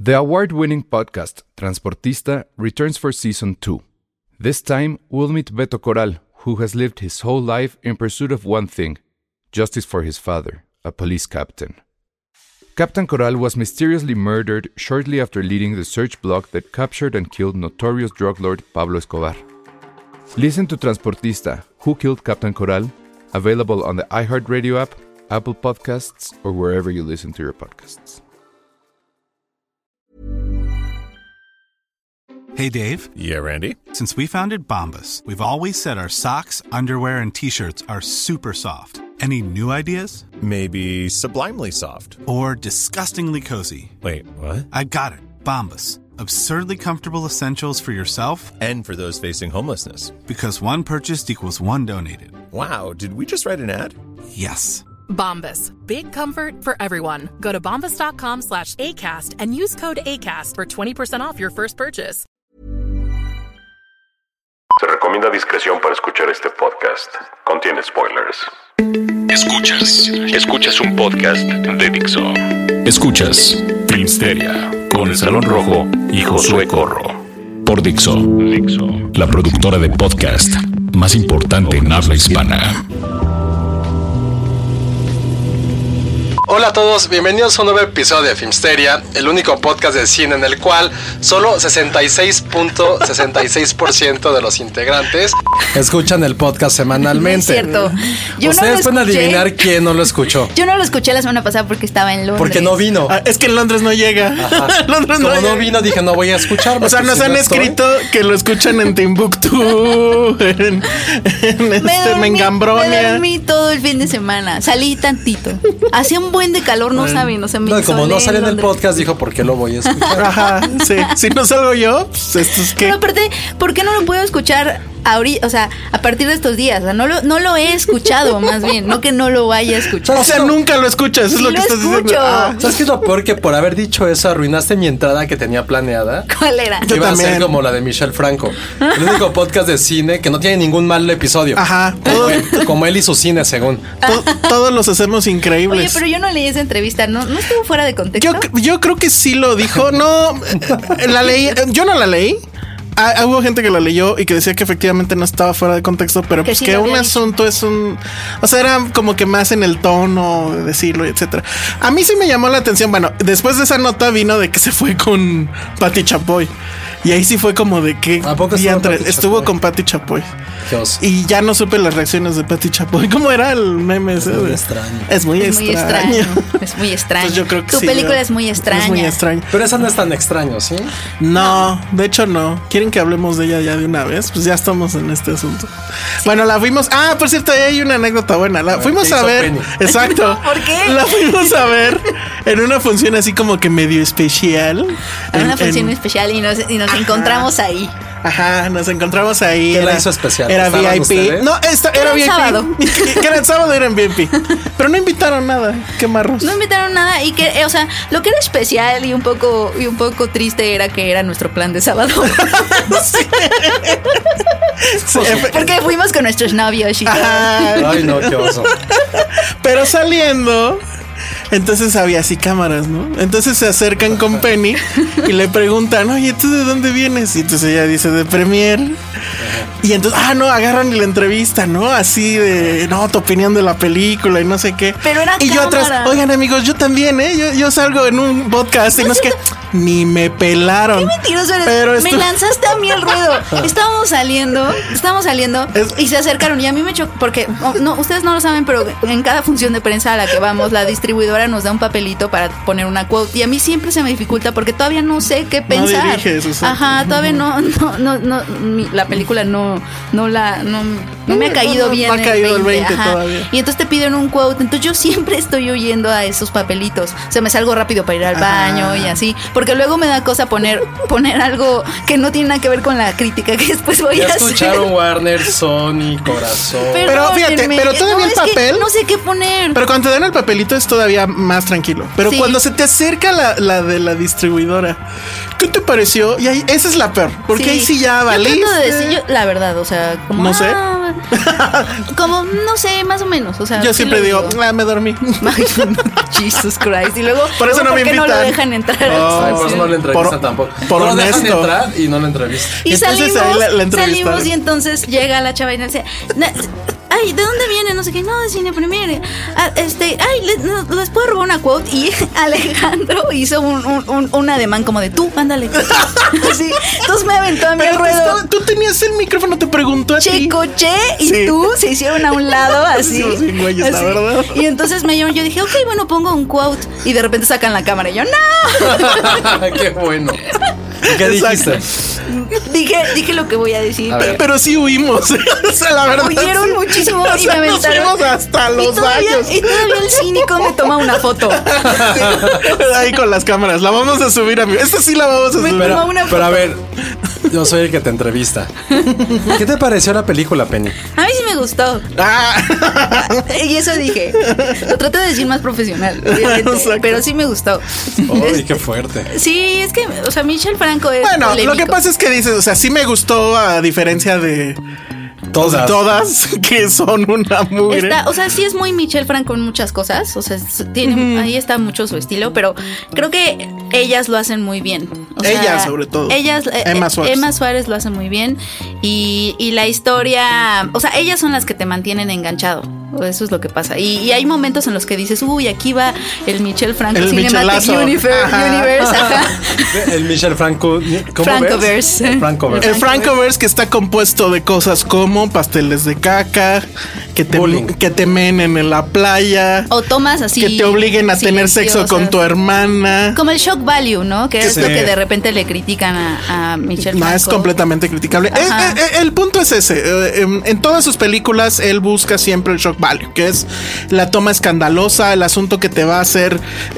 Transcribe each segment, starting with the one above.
The award-winning podcast Transportista returns for Season 2. This time, we'll meet Beto Corral, who has lived his whole life in pursuit of one thing: justice for his father, a police captain. Captain Corral was mysteriously murdered shortly after leading the search block that captured and killed notorious drug lord Pablo Escobar. Listen to Transportista, Who Killed Captain Corral? Available on the iHeartRadio app, Apple Podcasts, or wherever you listen to your podcasts. Hey, Dave. Yeah, Randy. Since we founded Bombas, we've always said our socks, underwear, and T-shirts are super soft. Any new ideas? Maybe sublimely soft. Or disgustingly cozy. Wait, what? I got it. Bombas. Absurdly comfortable essentials for yourself And for those facing homelessness. because one purchased equals one donated. Wow, did we just write an ad? Yes. Bombas. Big comfort for everyone. Go to bombas.com/ACAST and use code ACAST for 20% off your first purchase. Se recomienda discreción para escuchar este podcast. Contiene spoilers. Escuchas un podcast de Dixo. Escuchas Filmsteria con El Salón Rojo y Josué Corro. Por Dixo, la productora de podcast más importante en habla hispana. Hola a todos, bienvenidos a un nuevo episodio de Filmsteria, el único podcast de cine en el cual solo 66.66% de los integrantes escuchan el podcast semanalmente. No es cierto. Yo Ustedes no pueden lo escuché. adivinar quién no lo escuchó. Yo no lo escuché la semana pasada porque estaba en Londres. Porque no vino. Es que en Londres no llega. Londres Como no llega. vino, dije no voy a escucharlo. O sea, nos han escrito que lo escuchan en Timbuktu, en Mengambronia. Me dormí todo el fin de semana. Salí tantito. Hacía un buen de calor, no saben. O sea, me No, como no insolé sale en el Londres. podcast, dijo, ¿por qué lo voy a escuchar? Ajá, sí. Si no salgo yo, pues esto es que. Pero aparte, ¿por qué no lo puedo escuchar ahorita? O sea, a partir de estos días. O sea, no lo he escuchado, más bien. No que no lo vaya a escuchar. O sea, nunca lo escuchas, es Sí lo que lo estás escucho. diciendo. ¿Sabes qué es lo peor? Que por haber dicho eso arruinaste mi entrada que tenía planeada. ¿Cuál era? Yo Iba a ser también. como la de Michel Franco. El único podcast de cine que no tiene ningún mal episodio. Ajá. Como él y su cine, según. Todos los hacemos Oye, increíbles. pero yo no leí esa entrevista. ¿No estuvo fuera de contexto? Yo creo que sí lo dijo. No, la leí. Yo no la leí. Hubo gente que la leyó y que decía que efectivamente no estaba fuera de contexto, pero Que pues sí que lo un había dicho. asunto es un... O sea, era como que más en el tono de decirlo, etcétera. A mí sí me llamó la atención. Bueno, después de esa nota vino de que se fue con Patti Chapoy. Y ahí sí fue como de que... ¿A poco estuvo Patti Chapoy? con Patti Chapoy. Dios. Y ya no supe las reacciones de Patti Chapoy. ¿Cómo era el meme ese? muy extraño. Es muy Es muy extraño. extraño. Es muy extraño. Pues yo creo que Tu sí, película ya. es muy extraña. Es muy extraño. Pero esa no es tan extraño, ¿sí? No, de hecho no. ¿Quieren que hablemos de ella ya de una vez? Pues ya estamos en este asunto. Bueno, la fuimos... Ah, por cierto, ahí hay una anécdota buena. La fuimos ¿qué a hizo ver... Penny? Exacto. ¿Por qué? La fuimos a ver en una función así como que medio especial. Era una En- función en- especial y nos encontramos ahí. Ajá, nos encontramos ahí. ¿Qué la hizo especial? Era ¿Estaban VIP. ustedes? No, era el VIP. sábado. Que era el sábado, era en VIP. Pero no invitaron nada. Qué marros. No invitaron nada y que, o sea, lo que era especial y un poco triste era que era nuestro plan de sábado. Sí, Porque fuimos con nuestros novios y todo. Ajá. Ay, no, qué oso. Pero saliendo, entonces había así cámaras, ¿no? Entonces se acercan con Penny y le preguntan, oye, ¿tú de dónde vienes? Y entonces ella dice, de Premiere. Y entonces, no, agarran y la entrevista, ¿no? Así de, no, tu opinión de la película y no sé qué. Pero era Y yo atrás, cámara. oigan amigos, yo también, ¿eh? Yo salgo en un podcast y no es que ni me pelaron. Qué mentiroso eres. Pero Me esto- lanzaste a mí el ruedo. Estábamos saliendo Es- y se acercaron y a mí me chocó porque no, ustedes no lo saben, pero en cada función de prensa a la que vamos, la distribuidora nos da un papelito para poner una quote y a mí siempre se me dificulta porque todavía no sé qué pensar. diriges, o sea. Ajá, todavía no, la película no me ha caído bien. No ha caído el 20 ajá. todavía. Y entonces te piden un quote, entonces yo siempre estoy oyendo a esos papelitos. O sea, me salgo rápido para ir al baño y así, porque luego me da cosa poner algo que no tiene nada que ver con la crítica que después voy Ya a hacer. escucharon Warner, Sony, Corazón. Pero fíjate, Perdónenme. pero todavía el es que papel- no sé qué poner. Pero cuando te dan el papelito es todavía más tranquilo. Pero Sí. cuando se te acerca la de la distribuidora, ¿qué te pareció? Y ahí, esa es la peor, porque ahí sí ya valiste. Yo trato de decir, la verdad, o sea, como... No sé. Como, no sé, más o menos, o sea... Yo siempre digo, me dormí. Jesus Christ. Y luego, por eso no me invitan. no lo dejan entrar. Pues no le entrevistan tampoco. Por no honesto. Dejan entrar y no le entrevistan. Y entonces, salimos y entonces llega la chava y nos dice... Ay, ¿de dónde viene? No sé qué. No, de Cine Premier. Les puedo robar una quote. Y Alejandro hizo un ademán como de tú, ándale. Así. Entonces me aventó a mi ruedo. Tú tenías el micrófono, te preguntó a ti. Checoché y tú se hicieron a un lado así. Sí, güeyes, la verdad. Y entonces me llaman. Yo dije, ok, bueno, pongo un quote. Y de repente sacan la cámara. Y yo, ¡no! ¡Qué bueno! ¿Qué dijiste? Dije lo que voy a decir. Pero sí huimos. O sea, la verdad. Huyeron muchísimo y me nos fuimos hasta los baños. Y todavía el cínico me toma una foto. Ahí con las cámaras. La vamos a subir, amigo. Esta sí la vamos a subir. Pero a ver, yo soy el que te entrevista. ¿Qué te pareció la película, Penny? A mí sí me gustó. Y eso dije. Lo trato de decir más profesional, pero sí me gustó. Uy, qué fuerte. Sí, es que, o sea, Michel Franco es polémico. Lo que pasa es que dices, o sea, sí me gustó a diferencia de todas que son una mugre. O sea, sí es muy Michel Franco en muchas cosas. O sea, tiene ahí está mucho su estilo, pero creo que ellas lo hacen muy bien. O sea, ellas, sobre todo. Emma Suárez lo hace muy bien. Y la historia, o sea, ellas son las que te mantienen enganchado. Eso es lo que pasa. Y hay momentos en los que dices, uy, aquí va el Michel Franco Cinematic Universe. Ajá. El Michel Franco Francoverse. El Francoverse, que está compuesto de cosas como pasteles de caca, que te menen en la playa, o tomas así, que te obliguen a tener sexo con tu hermana, como el shock value, ¿no? Que es lo que de repente le critican a Michel Franco. No, es completamente criticable. El punto es ese. En todas sus películas él busca siempre el shock value, que es la toma escandalosa, el asunto que te va a hacer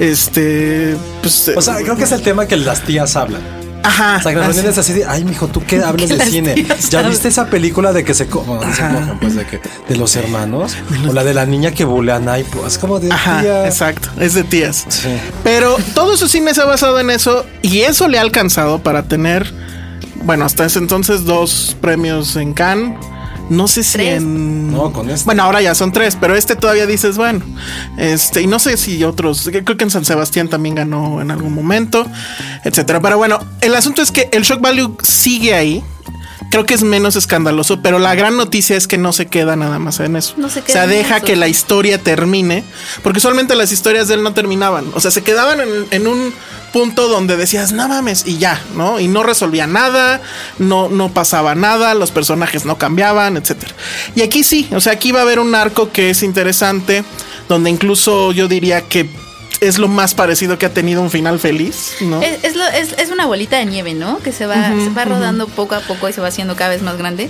pues, o sea, creo que es el tema que las tías hablan. Ajá. O sea, que las reuniones así de, ay, mijo, ¿tú qué hablas de cine? ¿Ya viste esa película de que se cojan, pues, de los hermanos? O la de la niña que bulean ahí, pues, es como de tía. Exacto, es de tías. Sí. Pero todo su cine se ha basado en eso, y eso le ha alcanzado para tener, bueno, hasta ese entonces 2 premios en Cannes. No sé si 3. No, con este. Bueno, ahora ya son 3, pero todavía dices, bueno, y no sé si otros, creo que en San Sebastián también ganó en algún momento, etcétera. Pero bueno, el asunto es que el shock value sigue ahí. Creo que es menos escandaloso, pero la gran noticia es que no se queda nada más en eso. No se queda, o sea, deja que la historia termine, porque usualmente las historias de él no terminaban. O sea, se quedaban en un punto donde decías, no mames, y ya, ¿no? Y no resolvía nada, no pasaba nada, los personajes no cambiaban, etcétera. Y aquí sí, o sea, aquí va a haber un arco que es interesante, donde incluso yo diría que es lo más parecido que ha tenido un final feliz, ¿no? Es una bolita de nieve, ¿no? Que se va rodando poco a poco y se va haciendo cada vez más grande.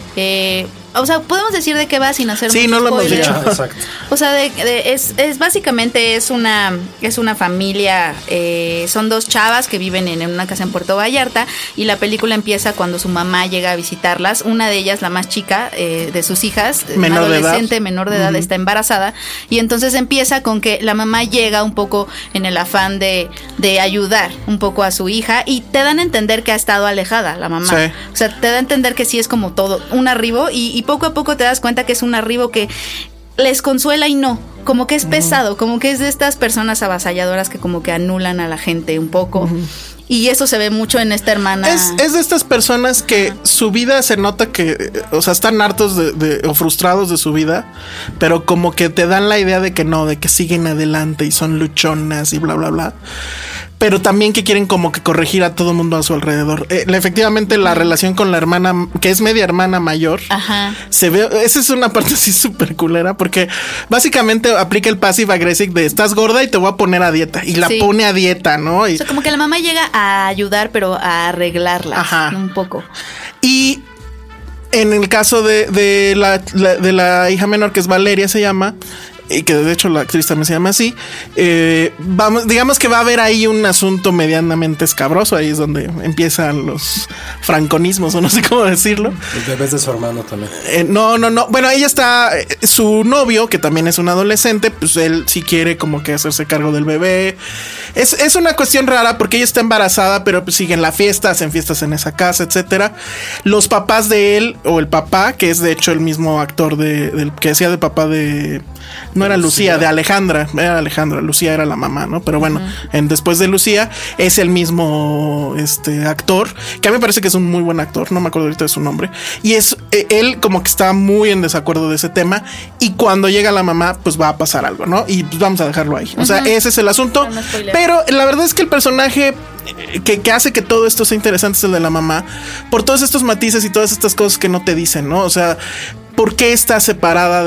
O sea, podemos decir de qué va sin hacer sí, no lo hemos dicho. Exacto. O sea, es básicamente es una familia, son 2 chavas que viven en una casa en Puerto Vallarta, y la película empieza cuando su mamá llega a visitarlas. Una de ellas, la más chica de sus hijas, una adolescente menor de edad, está embarazada, y entonces empieza con que la mamá llega un poco en el afán de ayudar un poco a su hija, y te dan a entender que ha estado alejada la mamá. Sí. O sea, te da a entender que sí es como todo un arribo, y poco a poco te das cuenta que es un arribo que les consuela y no, como que es pesado, como que es de estas personas avasalladoras que como que anulan a la gente un poco. Y eso se ve mucho en esta hermana. Es de estas personas que su vida se nota que, o sea, están hartos o frustrados de su vida, pero como que te dan la idea de que no, de que siguen adelante y son luchonas y bla, bla, bla. Pero también que quieren como que corregir a todo el mundo a su alrededor. Efectivamente, la relación con la hermana, que es media hermana mayor, se ve, esa es una parte así súper culera, porque básicamente aplica el passive aggressive de estás gorda y te voy a poner a dieta, y la pone a dieta, ¿no? O sea, como que la mamá llega a ayudar, pero a arreglarla un poco. Y en el caso de la hija menor, que es Valeria, se llama, y que de hecho la actriz también se llama así, digamos que va a haber ahí un asunto medianamente escabroso. Ahí es donde empiezan los franconismos, o no sé cómo decirlo. Los bebés de su hermano también. No. Bueno, ella está, su novio, que también es un adolescente, pues él sí quiere como que hacerse cargo del bebé. Es una cuestión rara porque ella está embarazada, pero pues siguen la fiesta, hacen fiestas en esa casa, etcétera. Los papás de él, o el papá, que es de hecho el mismo actor del que hacía de papá de... No era Lucía, de Alejandra. Era Alejandra, Lucía era la mamá, ¿no? Pero bueno, después de Lucía es el mismo actor, que a mí me parece que es un muy buen actor, no me acuerdo ahorita de su nombre. Y es él como que está muy en desacuerdo de ese tema. Y cuando llega la mamá, pues va a pasar algo, ¿no? Y pues vamos a dejarlo ahí. O sea, ese es el asunto. No, pero la verdad es que el personaje que hace que todo esto sea interesante es el de la mamá, por todos estos matices y todas estas cosas que no te dicen, ¿no? O sea, ¿por qué está separada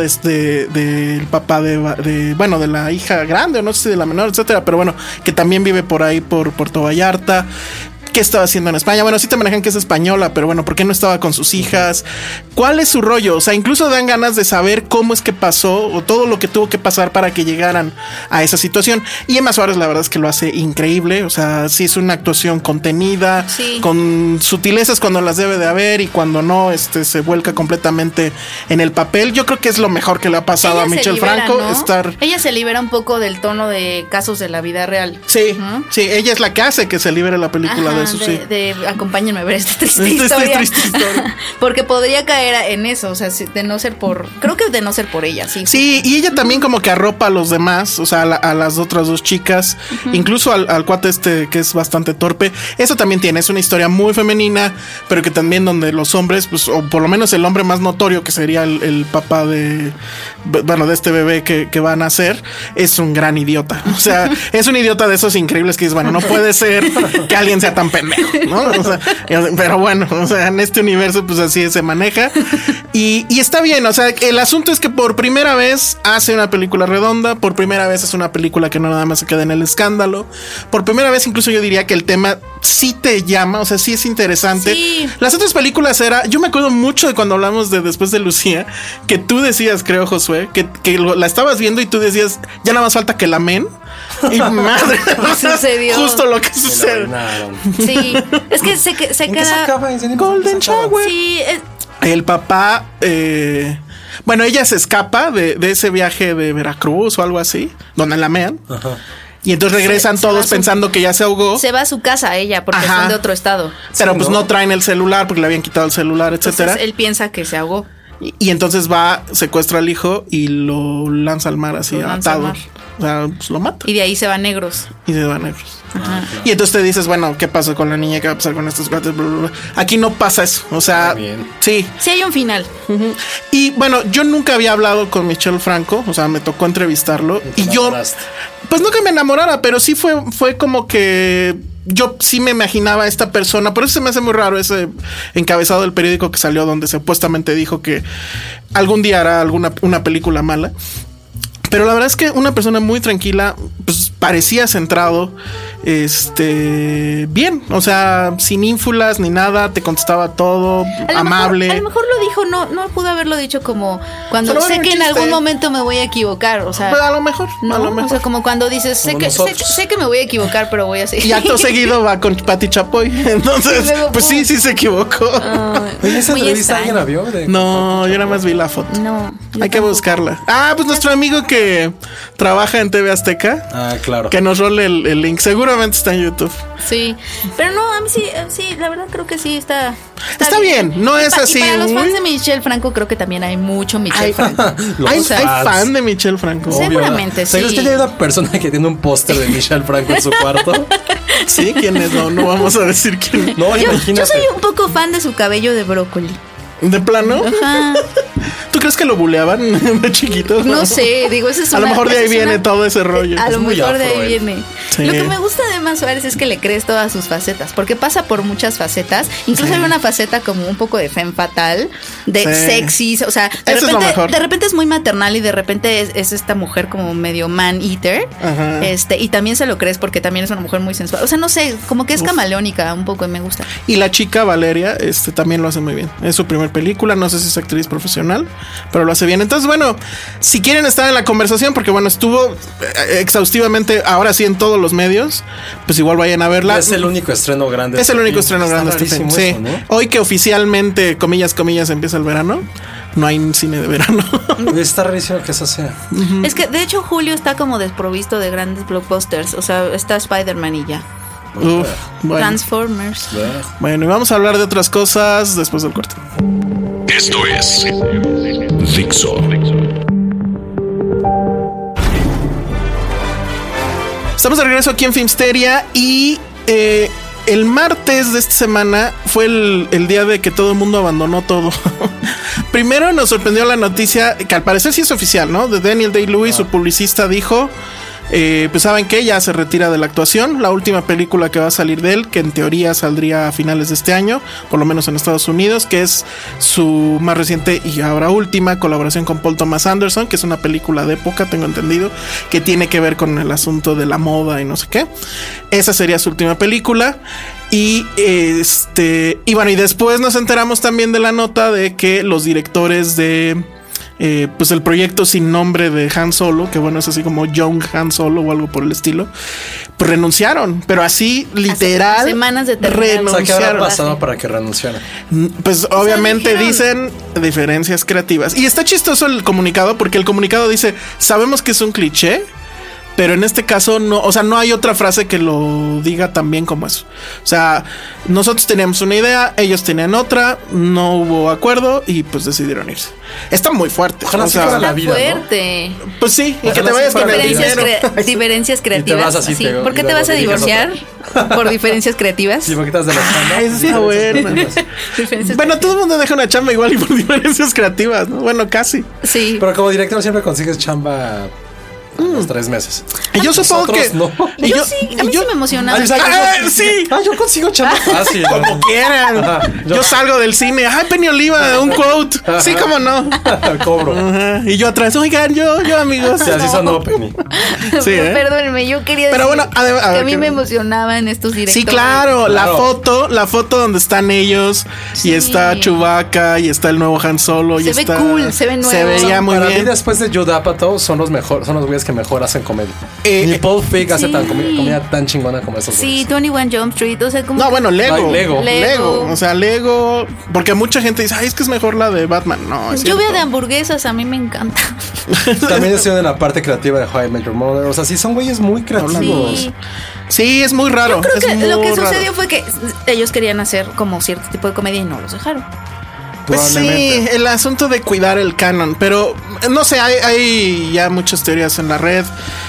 del papá de la hija grande, o no sé si de la menor, etcétera? Pero bueno, que también vive por ahí, por Puerto Vallarta. ¿Qué estaba haciendo en España? Bueno, sí te manejan que es española, pero bueno, ¿por qué no estaba con sus hijas? ¿Cuál es su rollo? O sea, incluso dan ganas de saber cómo es que pasó o todo lo que tuvo que pasar para que llegaran a esa situación. Y Emma Suárez, la verdad es que lo hace increíble. O sea, sí es una actuación contenida, con sutilezas cuando las debe de haber y cuando no, se vuelca completamente en el papel. Yo creo que es lo mejor que le ha pasado a Michelle Franco. ¿No? Ella se libera un poco del tono de casos de la vida real. Sí, sí, ella es la que hace que se libere la película. Ajá. De acompáñenme a ver esta triste historia. Porque podría caer en eso, o sea, de no ser por ella, sí. Sí, y ella también como que arropa a los demás, o sea, a las otras dos chicas, incluso al cuate que es bastante torpe. Eso también es una historia muy femenina, pero que también donde los hombres, pues, o por lo menos el hombre más notorio, que sería el papá de este bebé que va a nacer, es un gran idiota. O sea, es un idiota de esos increíbles que dices, bueno, no puede ser que alguien sea tan pendejo, ¿no? O sea, pero bueno, o sea, en este universo pues así se maneja y está bien, o sea, el asunto es que por primera vez hace una película redonda, por primera vez es una película que no nada más se queda en el escándalo, por primera vez incluso yo diría que el tema sí te llama, o sea, sí es interesante. Sí. Las otras películas yo me acuerdo mucho de cuando hablamos de Después de Lucía, que tú decías, creo, Josué, que la estabas viendo y tú decías, ya nada más falta que la amen. Y madre, sucedió. Justo lo que sucede. Sí, es que se queda Golden Shower. Sí, el papá, bueno, ella se escapa de ese viaje de Veracruz o algo así, donde la mean. Ajá. Y entonces regresan todos pensando que ya se ahogó. Se va a su casa ella porque son de otro estado. Pero pues no traen el celular porque le habían quitado el celular, etcétera. Entonces él piensa que se ahogó. Y entonces secuestra al hijo y lo lanza al mar así, atado. O sea, pues lo mata. Y de ahí se van negros. Ajá. Y entonces te dices, bueno, ¿qué pasó con la niña? ¿Qué va a pasar con estos gatos? Aquí no pasa eso. O sea, sí. Sí hay un final. Y bueno, yo nunca había hablado con Michelle Franco. O sea, me tocó entrevistarlo. Y yo, pues no que me enamorara, pero sí fue como que yo sí me imaginaba a esta persona. Por eso se me hace muy raro ese encabezado del periódico que salió donde supuestamente dijo que algún día hará una película mala. Pero la verdad es que una persona muy tranquila, pues parecía centrado, bien, o sea, sin ínfulas ni nada, te contestaba todo, amable. A lo mejor lo dijo, no pudo haberlo dicho como cuando sé que en algún momento me voy a equivocar, o sea. Pero a lo mejor, no, o sea, como cuando dices, sé que me voy a equivocar, pero voy a seguir. Y acto seguido va con Pati Chapoy, entonces, luego, pues sí se equivocó. Oye, ¿esa entrevista alguien la vio? No, yo nada más vi la foto. No. Hay que buscarla. Pues nuestro amigo que trabaja en TV Azteca. Ah, claro. Que nos role el link. Seguramente está en YouTube. Sí. Pero no, a mí sí, la verdad creo que sí está bien. No es así. Y para los fans de Michelle Franco creo que también hay mucho Michelle Franco. Hay fan de Michelle Franco. Seguramente, sí. ¿Sabes que hay una persona que tiene un póster de Michelle Franco en su cuarto? Sí, ¿quién es? No vamos a decir quién. No, imagínate. Yo soy un poco fan de su cabello de brócoli. ¿De plano? Ajá. ¿Tú crees que lo buleaban de chiquito? No sé, digo, eso es a lo mejor de ahí viene todo ese rollo. A lo mejor de ahí viene. Sí. Lo que me gusta de Emma Suárez es que le crees todas sus facetas, porque pasa por muchas facetas. Incluso hay una faceta como un poco de femme fatal, de sexy, o sea, de repente es muy maternal y de repente es esta mujer como medio man-eater. Y también se lo crees porque también es una mujer muy sensual. O sea, no sé, como que es camaleónica un poco y me gusta. Y la chica Valeria también lo hace muy bien. Es su primer película, no sé si es actriz profesional, pero lo hace bien. Entonces, bueno, si quieren estar en la conversación, porque bueno, estuvo exhaustivamente, ahora sí en todos los medios, pues igual vayan a verla. Es el único estreno grande. Es el único estreno grande este film. Sí. ¿No? Hoy que oficialmente, comillas, empieza el verano, no hay cine de verano. Está rarísimo que eso sea. Es que de hecho julio está como desprovisto de grandes blockbusters. O sea, está Spider-Man y ya. Uf, bueno. Transformers. Bueno, y vamos a hablar de otras cosas después del corte. Esto es Dixo. Estamos de regreso aquí en Filmsteria y el martes de esta semana fue el día de que todo el mundo abandonó todo. Primero nos sorprendió la noticia, que al parecer sí es oficial, ¿no? De Daniel Day-Lewis, su publicista, dijo... pues saben que ya se retira de la actuación. La última película que va a salir de él, que en teoría saldría a finales de este año, por lo menos en Estados Unidos, que es su más reciente y ahora última colaboración con Paul Thomas Anderson, que es una película de época, tengo entendido, que tiene que ver con el asunto de la moda y no sé qué. Esa sería su última película. Y bueno, y después nos enteramos también de la nota de que los directores de pues el proyecto sin nombre de Han Solo, que bueno, es así como Young Han Solo o algo por el estilo, pues renunciaron, pero así literal. Hace semanas de renunciaron. O sea, ¿qué habrá pasado para que renunciaran? Pues obviamente dicen diferencias creativas. Y está chistoso el comunicado, porque el comunicado dice, sabemos que es un cliché, pero en este caso no, o sea, no hay otra frase que lo diga tan bien como eso. O sea, nosotros teníamos una idea, ellos tenían otra, no hubo acuerdo y pues decidieron irse. Está muy fuerte. Ojalá si fuera la vida, fuerte. ¿no? Pues sí, y que te vayas con el dinero. Diferencias creativas. Así, sí. ¿Por qué te vas a divorciar? ¿Por diferencias creativas? Sí, porque te das de la chamba. Eso está bueno. Bueno, todo el mundo deja una chamba igual y por diferencias creativas, ¿no? Bueno, casi. Sí. Pero como director siempre consigues chamba... Los 3 meses. Y yo supongo que no. Yo sí, a mí sí me emocionaba. Sí. Yo consigo chamba fácil. Como quieran. Ajá, yo salgo del cine. Ay, Penny Oliva, un quote. Sí, cómo no. Cobro. Ajá. Y yo atrás, oigan, yo amigos. Sí, así sonó Penny. Sí, Perdónenme, yo quería decir. Pero bueno, que a mí me emocionaban estos directores. Sí, claro. La foto donde están ellos. Sí. Y está Chewbacca. Y está el nuevo Han Solo. Se ve cool, se ve nuevo. Se veía muy bien. Para mí, después de Judd Apatow, son los güeyes que mejor hacen comedia. Ni Paul Feig hace tan comedia tan chingona como esos. Sí, 21 Jump Street, o sea, como... No, bueno, Lego. O sea, Lego, porque mucha gente dice, ay, es que es mejor la de Batman. No, es Lluvia de hamburguesas, a mí me encanta. También estoy en la parte creativa de How I Met Your Mother. O sea, sí son güeyes muy creativos. Sí, es muy raro. Yo creo que lo que sucedió fue que ellos querían hacer como cierto tipo de comedia y no los dejaron. Pues sí, el asunto de cuidar el canon, pero no sé, hay ya muchas teorías en la red.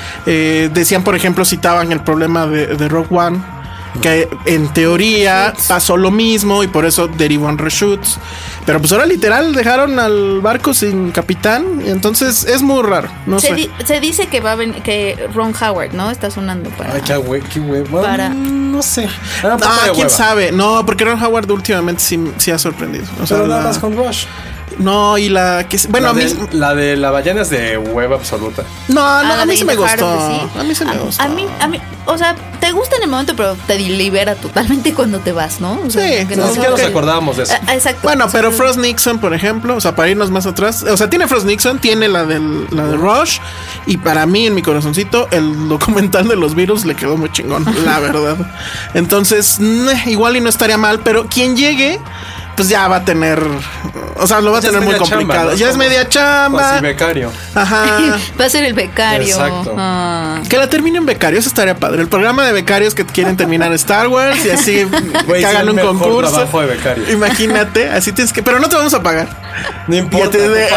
Decían, por ejemplo, citaban el problema de Rogue One, que en teoría pasó lo mismo y por eso derivó en reshoots. Pero pues ahora literal dejaron al barco sin capitán, y entonces es muy raro. No sé. Se dice que va a venir, que Ron Howard, ¿no? Está sonando para. Ay, qué güey. Bueno, para... No sé. Quién sabe. No, porque Ron Howard últimamente sí ha sorprendido. O sea, pero nada más con Rush. No, y la que bueno, la de la ballena es de hueva absoluta. No, a mí sí me gustó. A mí sí me gustó. A mí, o sea, te gusta en el momento, pero te libera totalmente cuando te vas, ¿no? O sea, sí, que no nos acordábamos de eso. Exacto. Bueno, pero Frost Nixon, por ejemplo, o sea, para irnos más atrás, o sea, tiene Frost Nixon, tiene la de Rush, y para mí, en mi corazoncito, el documental de los virus le quedó muy chingón, la verdad. Entonces, igual y no estaría mal, pero quien llegue, pues ya va a tener, o sea, lo va a tener muy complicado. Chamba, ¿no? Ya es media chamba. Así becario. Ajá. Va a ser el becario. Exacto. Que la terminen becarios, estaría padre. El programa de becarios que quieren terminar Star Wars y así que hagan un concurso. Trabajo de becario. Imagínate, así tienes que, pero no te vamos a pagar. No importa.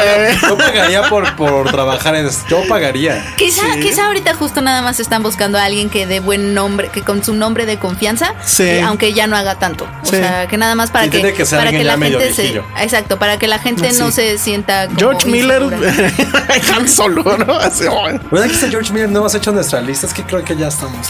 Yo pagaría por trabajar en esto. Yo pagaría. Quizá ahorita justo nada más están buscando a alguien que de buen nombre, que con su nombre de confianza, aunque ya no haga tanto. O sea, que nada más para que la gente exacto, para que la gente no se sienta como George Miller Han Solo, ¿no? Así, ¿verdad que George Miller no hemos hecho nuestra lista? Es que creo que ya estamos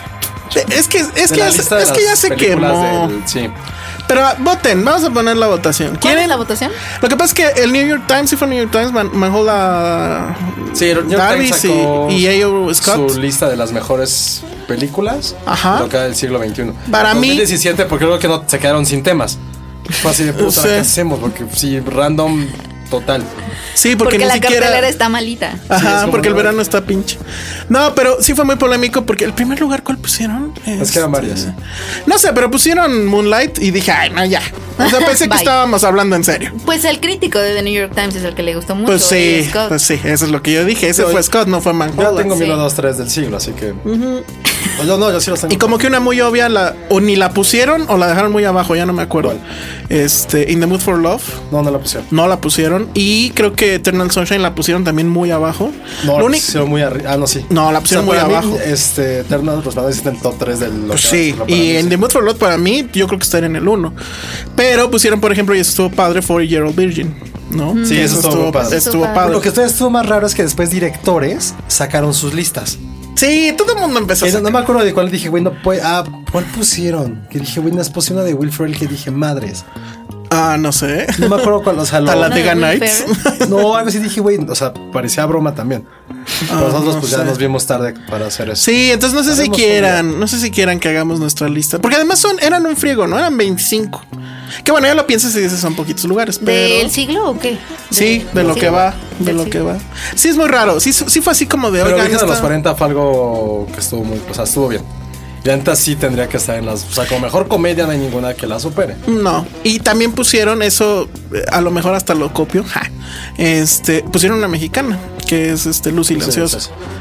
es que ya se quemó. Sí. Pero voten, vamos a poner la votación. ¿Cuál es la votación? Lo que pasa es que el New York Times, si fue New York Times, manejó la Davis y A.O. Scott su lista de las mejores películas de lo que del siglo XXI. Para 2017, porque creo que no se quedaron sin temas. Fue así de puta, ¿qué hacemos? Porque si random total. Sí, porque ni la siquiera... cartelera está malita. Ajá, Sí, porque el como- verano está pinche. No, pero sí fue muy polémico porque el primer lugar, ¿cuál pusieron? Es que eran varias. No sé, pero pusieron Moonlight y dije, ay, no, ya. O sea, pensé que Bye. estábamos hablando en serio. Pues el crítico de The New York Times es el que le gustó mucho. Pues sí, Scott. pues sí, eso es lo que yo dije. Ese Yo- fue Scott, no fue Yo Manhattan. tengo sí. 1, 2, 3 del siglo, así que. Yo sí los tengo. Y como que una muy obvia, o ni la pusieron o la dejaron muy abajo, ya no me acuerdo. In the Mood for Love, No la pusieron. no la pusieron. Y creo que Eternal Sunshine la pusieron también muy abajo. No, Lo la único- pusieron muy arriba. Ah, no, sí. No, la pusieron muy para mí, abajo. Eternal, pues van a decir en el top 3 del. Pues sí, y In the Mood for Love para mí, yo creo que estaría en el 1. Pero pusieron, por ejemplo, y estuvo padre, 40 Year Old Virgin, ¿no? Sí, eso estuvo padre. Estuvo Estuvo padre. Lo que estuvo más raro es que después directores sacaron sus listas. Sí, todo el mundo empezó a Que no sacar. me acuerdo de cuál dije, güey, no puede. Ah, ¿cuál pusieron? Que dije, güey, no es posible una de Will Ferrell que dije, madres. Ah, no sé. No me acuerdo cuál, o sea, lo. Talladega ¿No de Will Nights. No, algo así dije, güey, o sea, parecía broma también. Pero nosotros no pues ya sé. nos vimos tarde para hacer eso. Sí, entonces no sé si Haremos quieran que hagamos nuestra lista. Porque además eran un friego, ¿no? Eran 25. Que bueno, ya lo piensas y dices son poquitos lugares, pero... ¿Del siglo o qué? Sí, de lo que va, de lo que va. Sí, es muy raro. Sí fue así como de... Pero oigan, Virgen de los esta- 40 fue algo que estuvo muy, o sea, estuvo bien. Y antes sí tendría que estar en las, o sea, como mejor comedia no hay ninguna que la supere. No, y también pusieron eso, a lo mejor hasta lo copio. Pusieron una mexicana, que es Luz Silenciosa,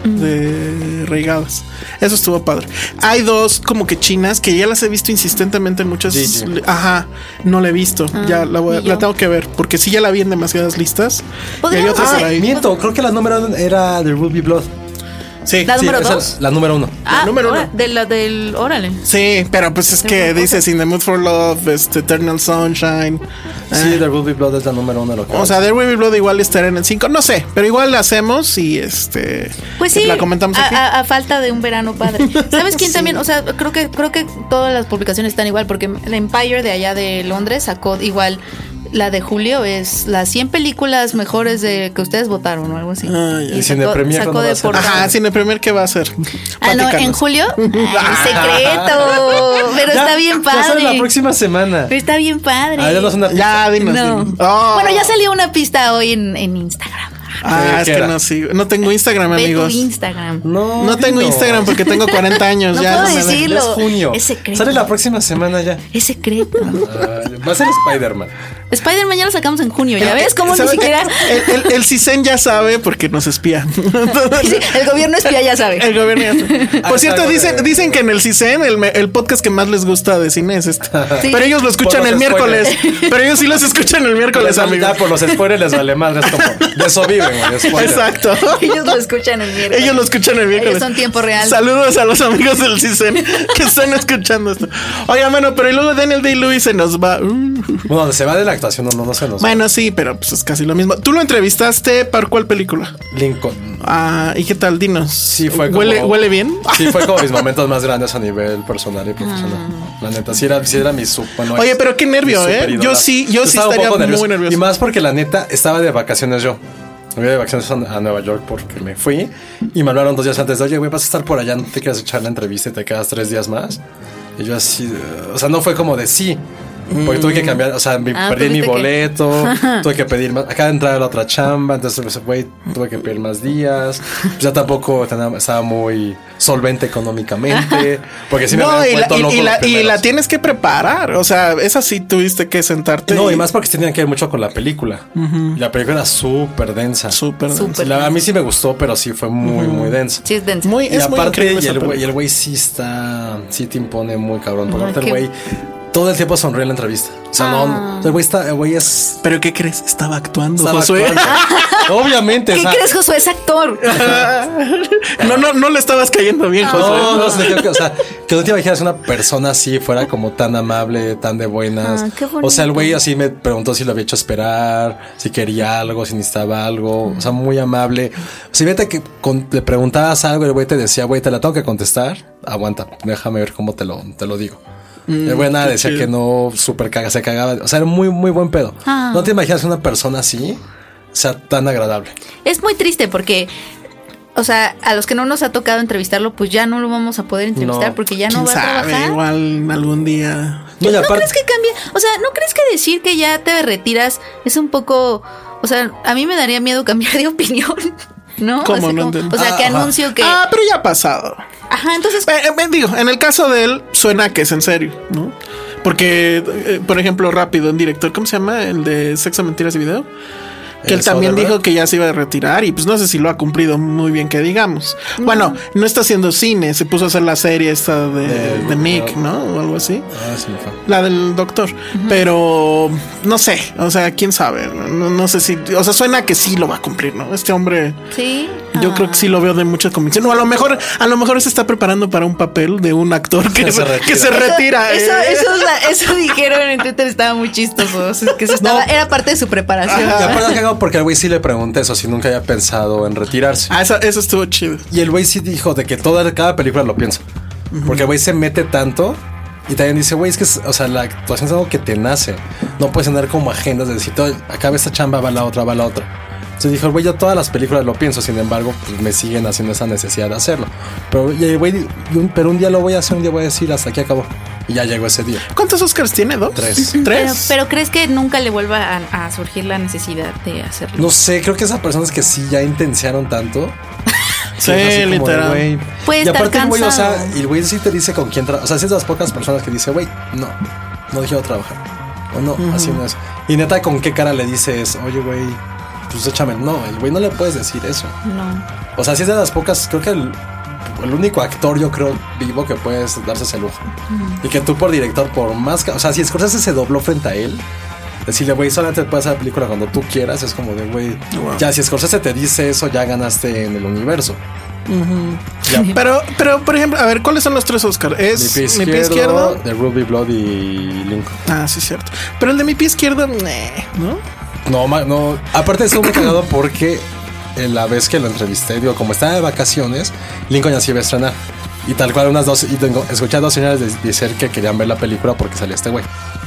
de Reigadas. Eso estuvo padre. Hay dos como que chinas que ya las he visto insistentemente en muchas. Gigi. Ajá, no la he visto. Ya la y yo. la tengo que ver, porque sí ya la vi en demasiadas listas. Y hay Podríamos otras por hacer- ahí. Miento, creo que la número 1 era The Ruby Blood. Sí, ¿La sí, número esa dos? es la número 1. número uno. Del órale. sí, pero pues es que dices In the Mood for Love, Eternal Sunshine. Sí, The Ruby Blood es la número 1 de lo que O sea, The Ruby Blood igual estará en el 5. No sé, pero igual la hacemos y Pues sí, la comentamos aquí. a falta de un verano padre. ¿Sabes quién también? O sea, creo que todas las publicaciones están igual, porque la Empire de allá de Londres sacó igual. La de julio es las 100 películas mejores de que ustedes votaron o algo así. Ah, ya. ¿Y Cine Premier sacó cuándo va de a ser? portada. Ajá, Cine Premier, ¿qué va a hacer? Ah, no, en Platícanos. julio. Ay, secreto. Pero está bien Ya sale la padre. próxima semana. Pero está bien padre. Ah, ya no es una Ya, dinos. No. dinos. Oh. Bueno, ya salió una pista hoy en Instagram. Ah, es ¿Qué que era? no sigo. No tengo Instagram, Ve tu amigos. Instagram. No tengo Instagram porque tengo 40 años. No ya puedo me dejan. decirlo. Ya es junio. Es secreto. Sale la próxima semana ya. Es secreto. Va a ser Spider-Man. Spider-Man ya lo sacamos en junio. ¿Ya ves cómo ni ¿Sabe? siquiera El CISEN ya sabe porque nos espía. Sí, el gobierno espía ya sabe? El gobierno ya sabe. Por cierto, algo dicen que en el CISEN el podcast que más les gusta de cine es este. Sí. Pero ellos lo escuchan Por el los miércoles. Pero ellos sí los escuchan el miércoles, amigos. Ya por los spoilers les vale madre. Es como, de eso viven, güey. spoiler. Exacto. Ellos lo escuchan el miércoles. Ellos lo escuchan el miércoles. Ellos son tiempo real. Saludos a los amigos del CISEN que están escuchando esto. Oigan, bueno, pero y luego Daniel Day-Lewis se nos va. Bueno, se va de la actuación, no se nos va. Bueno, sí, pero pues es casi lo mismo. ¿Tú lo entrevistaste para cuál película? Lincoln. Ah, ¿y qué tal? Dinos. Sí, fue como... ¿Huele bien? Sí, fue como mis momentos más grandes a nivel personal y profesional. La neta, sí era mi bueno, Oye, es pero qué nervio, mi ¿eh? superídola. Yo sí estaba un estaría poco muy nervioso. Y más porque la neta, estaba de vacaciones yo. Me iba de vacaciones a Nueva York porque me fui y me hablaron 2 días antes de, oye, güey, vas a estar por allá, no te quieres echar la entrevista y te quedas 3 días más. Y yo así, o sea, no fue como de sí. Porque tuve que cambiar, o sea, perdí mi tuviste que- boleto, tuve que pedir más, acaba de entrar a la otra chamba, entonces, güey, tuve que pedir más días. Pues ya tampoco estaba muy solvente económicamente, porque sí me No, habían y vuelto loco los la primeros. tienes que preparar. O sea, esa sí tuviste que sentarte. No, y más porque se tenían que ver mucho con la película. Y la película era súper densa. Súper. Súper. A mí sí me gustó, pero sí fue muy, muy densa. Sí, es denso. Muy, Y es muy aparte, increíble y esa el película. güey sí te impone muy cabrón. Porque Ay, aparte el qué- güey todo el tiempo sonríe en la entrevista. O sea, no, el güey es... ¿Pero qué crees? Estaba actuando, estaba Josué. actuando. Obviamente, ¿Qué o sea, crees, Josué? Es actor. No le estabas cayendo bien, Josué. o sea, que no te imaginas una persona así fuera como tan amable, tan de buenas. Ah, qué bonito. O sea, el güey así me preguntó si lo había hecho esperar, si quería algo, si necesitaba algo. O sea, muy amable. Si vete que le preguntabas algo y el güey te decía, güey, te la tengo que contestar. Aguanta, déjame ver cómo te lo digo. El güey nada decía chido. que no se cagaba. O sea, era muy, muy buen pedo. Ah. No te imaginas una persona así sea tan agradable. Es muy triste porque, o sea, a los que no nos ha tocado entrevistarlo, pues ya no lo vamos a poder entrevistar No. porque ya no ¿Quién va a sabe? trabajar. Igual algún día. No, y ¿No aparte- crees que cambie? O sea, ¿no crees que decir que ya te retiras es un poco... O sea, a mí me daría miedo cambiar de opinión, ¿no? ¿Cómo? O sea, No entiendo. o sea, que anuncio que... Pero ya ha pasado. Ajá, entonces... Digo, en el caso de él, suena que es en serio, ¿no? Porque, por ejemplo, rápido, en director, ¿cómo se llama? El de Sexo, Mentiras y Video. Que él también dijo que ya se iba a retirar y pues no sé si lo ha cumplido muy bien que digamos. Bueno, no está haciendo cine, se puso a hacer la serie esta de Nick, ¿no? O algo así. Sí, la del doctor. Pero no sé, o sea, quién sabe. No sé si, o sea, suena que sí lo va a cumplir, ¿no? Este hombre. Sí. Yo creo que sí lo veo de mucha convicción. O a lo mejor se está preparando para un papel de un actor que se retira. Eso dijeron en Twitter, estaba muy chistoso. O sea, que era parte de su preparación. Y aparte que porque el güey sí le pregunté eso, si nunca había pensado en retirarse. Eso estuvo chido. Y el güey sí dijo de que cada película lo piensa. Porque el güey se mete tanto. Y también dice, güey, es que, o sea, la actuación es algo que te nace. No puedes tener como agendas de decir, acaba esta chamba, va la otra. Entonces dijo, güey, yo todas las películas lo pienso. Sin embargo, pues me siguen haciendo esa necesidad de hacerlo. Pero güey, pero un día lo voy a hacer, un día voy a decir, hasta aquí acabó. Y ya llegó ese día. ¿Cuántos Oscars tiene? ¿2? 3. Pero ¿crees que nunca le vuelva a surgir la necesidad de hacerlo? No sé, creo que esas personas que sí ya intensiaron tanto. Sí, literal. Puede estar aparte el güey, o cansado. sea, el güey sí te dice con quién o sea, si es de las pocas personas que dice, güey, no quiero trabajar. O no, así no es. Y neta, ¿con qué cara le dices, oye, güey, pues échame? No, el güey no le puedes decir eso. No. O sea, si es de las pocas, creo que el único actor, yo creo, vivo que puedes darse ese lujo. Y que tú por director, por más... O sea, si Scorsese se dobló frente a él, decirle, güey, solamente puedes hacer la película cuando tú quieras, es como de, güey, ya si Scorsese te dice eso, ya ganaste en el universo. Ya. Pero, por ejemplo, a ver, ¿cuáles son los 3 Oscars? Es Mi pie izquierdo, de Ruby Blood y Lincoln. Sí, cierto. Pero el de Mi pie izquierdo, ¿no? No. Aparte estuvo muy cagado porque la vez que lo entrevisté, digo, como estaba de vacaciones, Lincoln ya se iba a estrenar. Y tal cual escuché a 2 señores decir que querían ver la película porque salía este güey.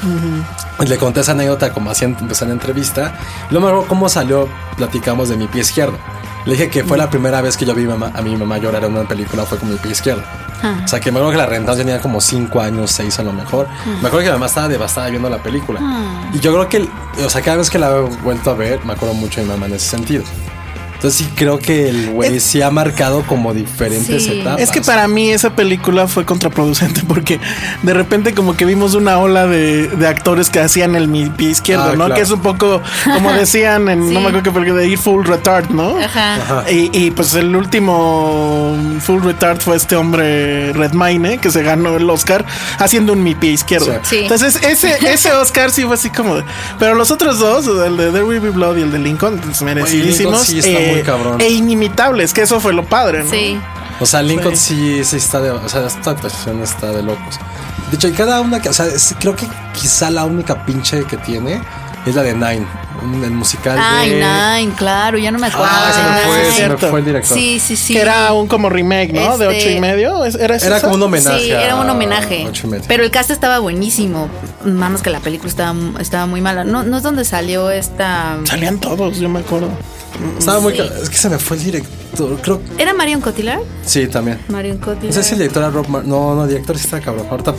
Le conté esa anécdota como así empezó la entrevista. Y luego cómo salió, platicamos de Mi pie izquierdo. Le dije que fue la primera vez que yo vi a mi mamá llorar en una película, fue con Mi pie izquierdo. O sea, que me acuerdo que la rentamos, tenía como 5 años, 6 a lo mejor. Me acuerdo que mi mamá estaba devastada viendo la película. Y yo creo que, o sea, cada vez que la he vuelto a ver, me acuerdo mucho de mi mamá en ese sentido. Entonces sí creo que el güey sí ha marcado como diferentes etapas. Es que para mí esa película fue contraproducente porque de repente como que vimos una ola de actores que hacían el Mi pie izquierdo, ¿no? Claro. Que es un poco como decían en, no me acuerdo qué película, de ir full retard, ¿no? Ajá. Y pues el último full retard fue este hombre Redmayne que se ganó el Oscar haciendo un Mi pie izquierdo. Sí. Entonces ese Oscar sí fue así como de, pero los otros dos, el de There Will Be Blood y el de Lincoln, merecidísimos. Sí, muy cabrón. Inimitables, que eso fue lo padre, ¿no? Sí. O sea, Lincoln sí está de... O sea, esta actuación está de locos. De hecho, y cada una que... O sea, creo que quizá la única pinche que tiene es la de Nine. El musical de... Nine, claro, ya no me acuerdo. Se me fue el director. Sí. Que era un como remake, ¿no? De 8 y medio. Era como un homenaje. Sí, era un homenaje. 8 y medio. Pero el cast estaba buenísimo. Nada más que la película estaba muy mala. No es donde salió esta... Salían todos, yo me acuerdo. Estaba muy... Es que se me fue el director. Creo... ¿Era Marion Cotillard? Sí, también. Marion Cotillard. No sé si el director era Rob No, director sí está cabrón. Ahorita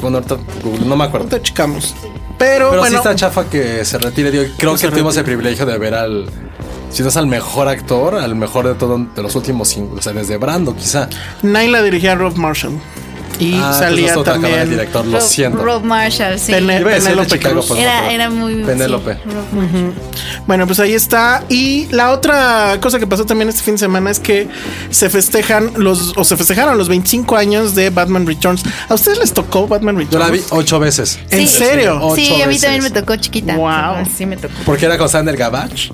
no me acuerdo. Ahorita checamos. Pero bueno, sí está chafa que se retire. Digo, creo que tuvimos el privilegio de ver si no es al mejor actor, al mejor de todos de los últimos 5. O sea, desde Brando, quizá. Nine la dirigía Rob Marshall. Y salía no también el director, lo siento. Rob Marshall, sí. Penélope Cruz. Era muy... Penélope. Sí, bueno, pues ahí está. Y la otra cosa que pasó también este fin de semana es que se festejaron los 25 años de Batman Returns. ¿A ustedes les tocó Batman Returns? Yo la vi 8 veces. ¿En serio? Sí, a mí también me tocó chiquita. Wow. Sí, me tocó. Porque era con Sander Gavach.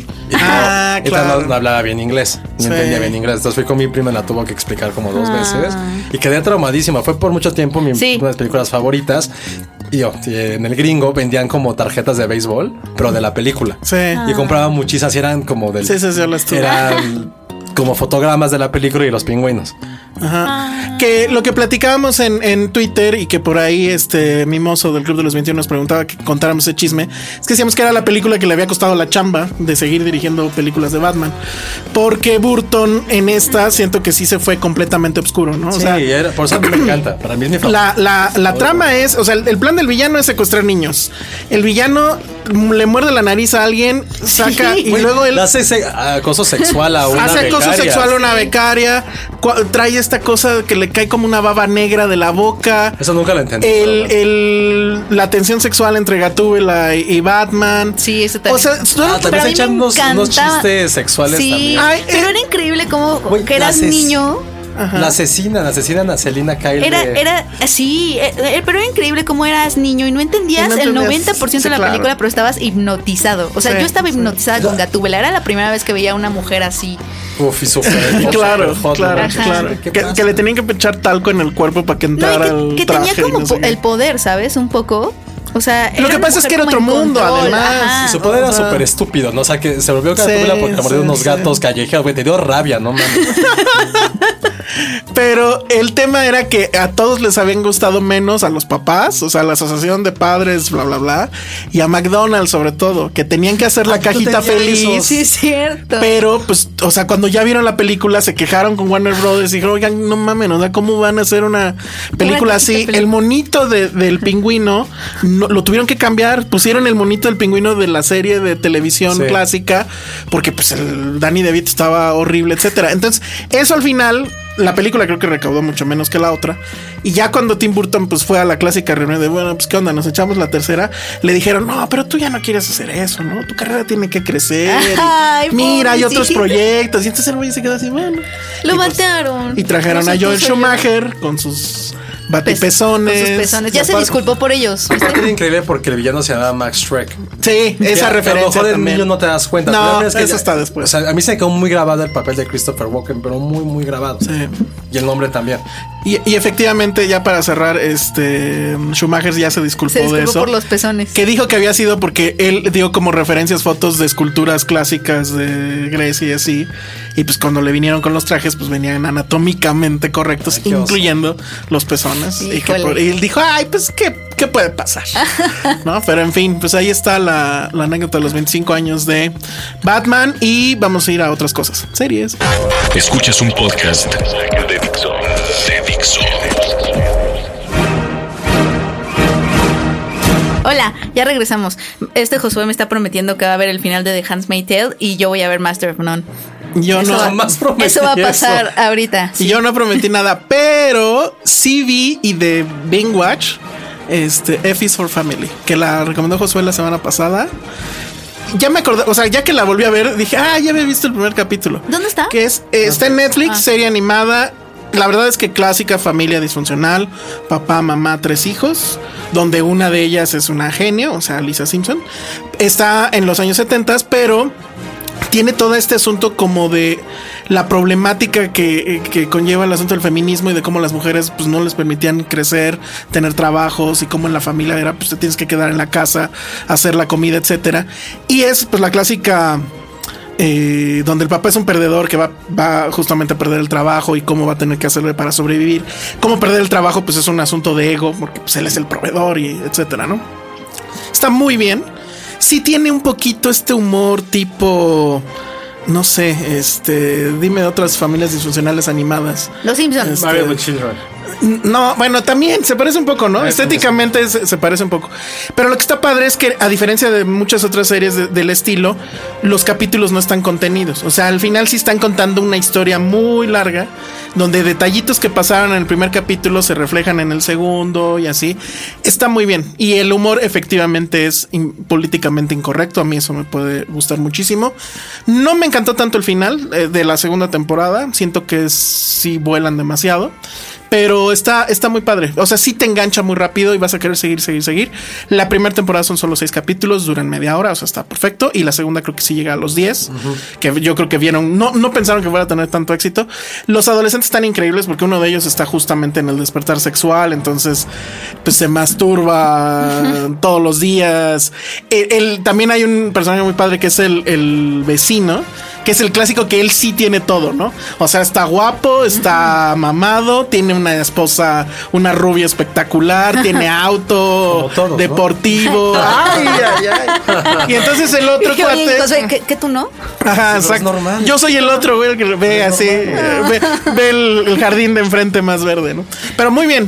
Claro. No hablaba bien inglés. No entendía bien inglés. Entonces fui con mi prima, la tuvo que explicar como 2 veces. Y quedé traumadísima. Fue por mucho tiempo una de mis películas favoritas. Y en el gringo vendían como tarjetas de béisbol, pero de la película. Sí. Y compraba muchísimas y eran como del... Sí, yo las tuve. Eran como fotogramas de la película y los pingüinos. Ajá. Que lo que platicábamos en Twitter y que por ahí Mimoso del Club de los 21 nos preguntaba que contáramos ese chisme, es que decíamos que era la película que le había costado la chamba de seguir dirigiendo películas de Batman, porque Burton en esta siento que sí se fue completamente oscuro, ¿no? O sea, por eso me encanta. Para mí es mi favorito. La trama es, o sea, el plan del villano es secuestrar niños. El villano le muerde la nariz a alguien, saca y luego él hace acoso sexual a una becaria. Hace acoso sexual a una becaria, trae esta cosa que le cae como una baba negra de la boca. Eso nunca lo entendí. La tensión sexual entre Gatúbela y Batman. Sí, eso también. O sea, también se echan unos chistes sexuales también. Pero era increíble como que eras niño. Ajá. La asesinan a Selina Kyle. Pero era increíble cómo eras niño y no entendías el 90% de la película, pero estabas hipnotizado. O sea, yo estaba hipnotizada con Gatúbela. Era la primera vez que veía a una mujer así. Uf, y súper. Claro. Que le tenían que echar talco en el cuerpo para que entrara el que traje. Tenía como el poder, ¿sabes? Un poco. O sea, lo que pasa es que era otro mundo, además. Y su poder era súper estúpido, ¿no? O sea, que se volvió Gatúbela porque mordió unos gatos callejeros, güey. Te dio rabia, ¿no, mames? Pero el tema era que a todos les habían gustado menos a los papás, o sea, la asociación de padres, bla, bla, bla, y a McDonald's sobre todo, que tenían que hacer la cajita feliz. Esos. Sí, es cierto. Pero, pues, o sea, cuando ya vieron la película, se quejaron con Warner Brothers y dijeron, oigan, no mames, o sea, ¿cómo van a hacer una película así? El monito del pingüino lo tuvieron que cambiar, pusieron el monito del pingüino de la serie de televisión clásica, porque pues el Danny DeVito estaba horrible, etcétera. Entonces, eso al final, la película creo que recaudó mucho menos que la otra. Y ya cuando Tim Burton pues fue a la clásica reunión de, bueno, pues qué onda, nos echamos la tercera, le dijeron, no, pero tú ya no quieres hacer eso, ¿no? Tu carrera tiene que crecer. Ay, mira, hay otros proyectos. Y entonces el güey se quedó así, bueno. Lo mataron. Y trajeron a Joel Schumacher con sus batipezones. Ya se disculpó por ellos. Aparte era increíble porque el villano se llamaba Max Schreck. Sí, esa referencia. A lo mejor el niño no te das cuenta. No, es que eso está después. O sea, a mí se me quedó muy grabado el papel de Christopher Walken, pero muy, muy grabado. Sí. Y el nombre también. Y efectivamente, ya para cerrar, Schumacher ya se disculpó de eso. Por los pezones. Que dijo que había sido porque él dio como referencias fotos de esculturas clásicas de Grecia y así. Y pues cuando le vinieron con los trajes, pues venían anatómicamente correctos, incluyendo los pezones. Y él dijo, ay, pues ¿qué puede pasar? ¿No? Pero en fin, pues ahí está la anécdota de los 25 años de Batman. Y vamos a ir a otras cosas. Series. Escuchas un podcast de Dixo. Hola, ya regresamos. Josué me está prometiendo que va a ver el final de The Handmaid's Tale y yo voy a ver Master of None. Yo eso no jamás prometí eso va a pasar ahorita. Y yo no prometí nada, pero sí vi y de Bing Watch F is for Family, que la recomendó Josué la semana pasada. Ya me acordé, o sea, ya que la volví a ver, dije, ya había visto el primer capítulo. ¿Dónde está? Que está en Netflix, serie animada. La verdad es que clásica familia disfuncional, papá, mamá, 3 hijos, donde una de ellas es una genio, o sea, Lisa Simpson. Está en los años 70, pero tiene todo este asunto como de la problemática que conlleva el asunto del feminismo y de cómo las mujeres pues no les permitían crecer, tener trabajos, y cómo en la familia era pues te tienes que quedar en la casa, hacer la comida, etcétera. Y es pues la clásica donde el papá es un perdedor que va justamente a perder el trabajo y cómo va a tener que hacerle para sobrevivir. Cómo perder el trabajo pues es un asunto de ego, porque pues él es el proveedor y etcétera, ¿no? Está muy bien. Sí tiene un poquito este humor tipo, no sé, dime de otras familias disfuncionales animadas. Los Simpsons. Mario the Children. No, bueno, también se parece un poco, ¿no? Estéticamente se parece un poco. Pero lo que está padre es que, a diferencia de muchas otras series del estilo, los capítulos no están contenidos. O sea, al final sí están contando una historia muy larga, donde detallitos que pasaron en el primer capítulo se reflejan en el segundo y así. Está muy bien. Y el humor efectivamente es políticamente incorrecto. A mí eso me puede gustar muchísimo. No me encantó tanto el final de la segunda temporada. Siento que sí vuelan demasiado. Pero está muy padre. O sea, sí te engancha muy rápido y vas a querer seguir. La primera temporada son solo 6 capítulos, duran media hora, o sea, está perfecto. Y la segunda creo que sí llega a los 10, que yo creo que vieron, no pensaron que fuera a tener tanto éxito. Los adolescentes están increíbles porque uno de ellos está justamente en el despertar sexual, entonces pues se masturba todos los días. También hay un personaje muy padre que es el vecino, que es el clásico que él sí tiene todo, ¿no? O sea, está guapo, está mamado, tiene una esposa, una rubia espectacular, tiene auto todos, deportivo. ¿No? Ay. Y entonces el otro cuate... ¿Qué tú no? Ajá, exacto. Yo soy el otro, güey, el que ve así, ve el jardín de enfrente más verde, ¿no? Pero muy bien.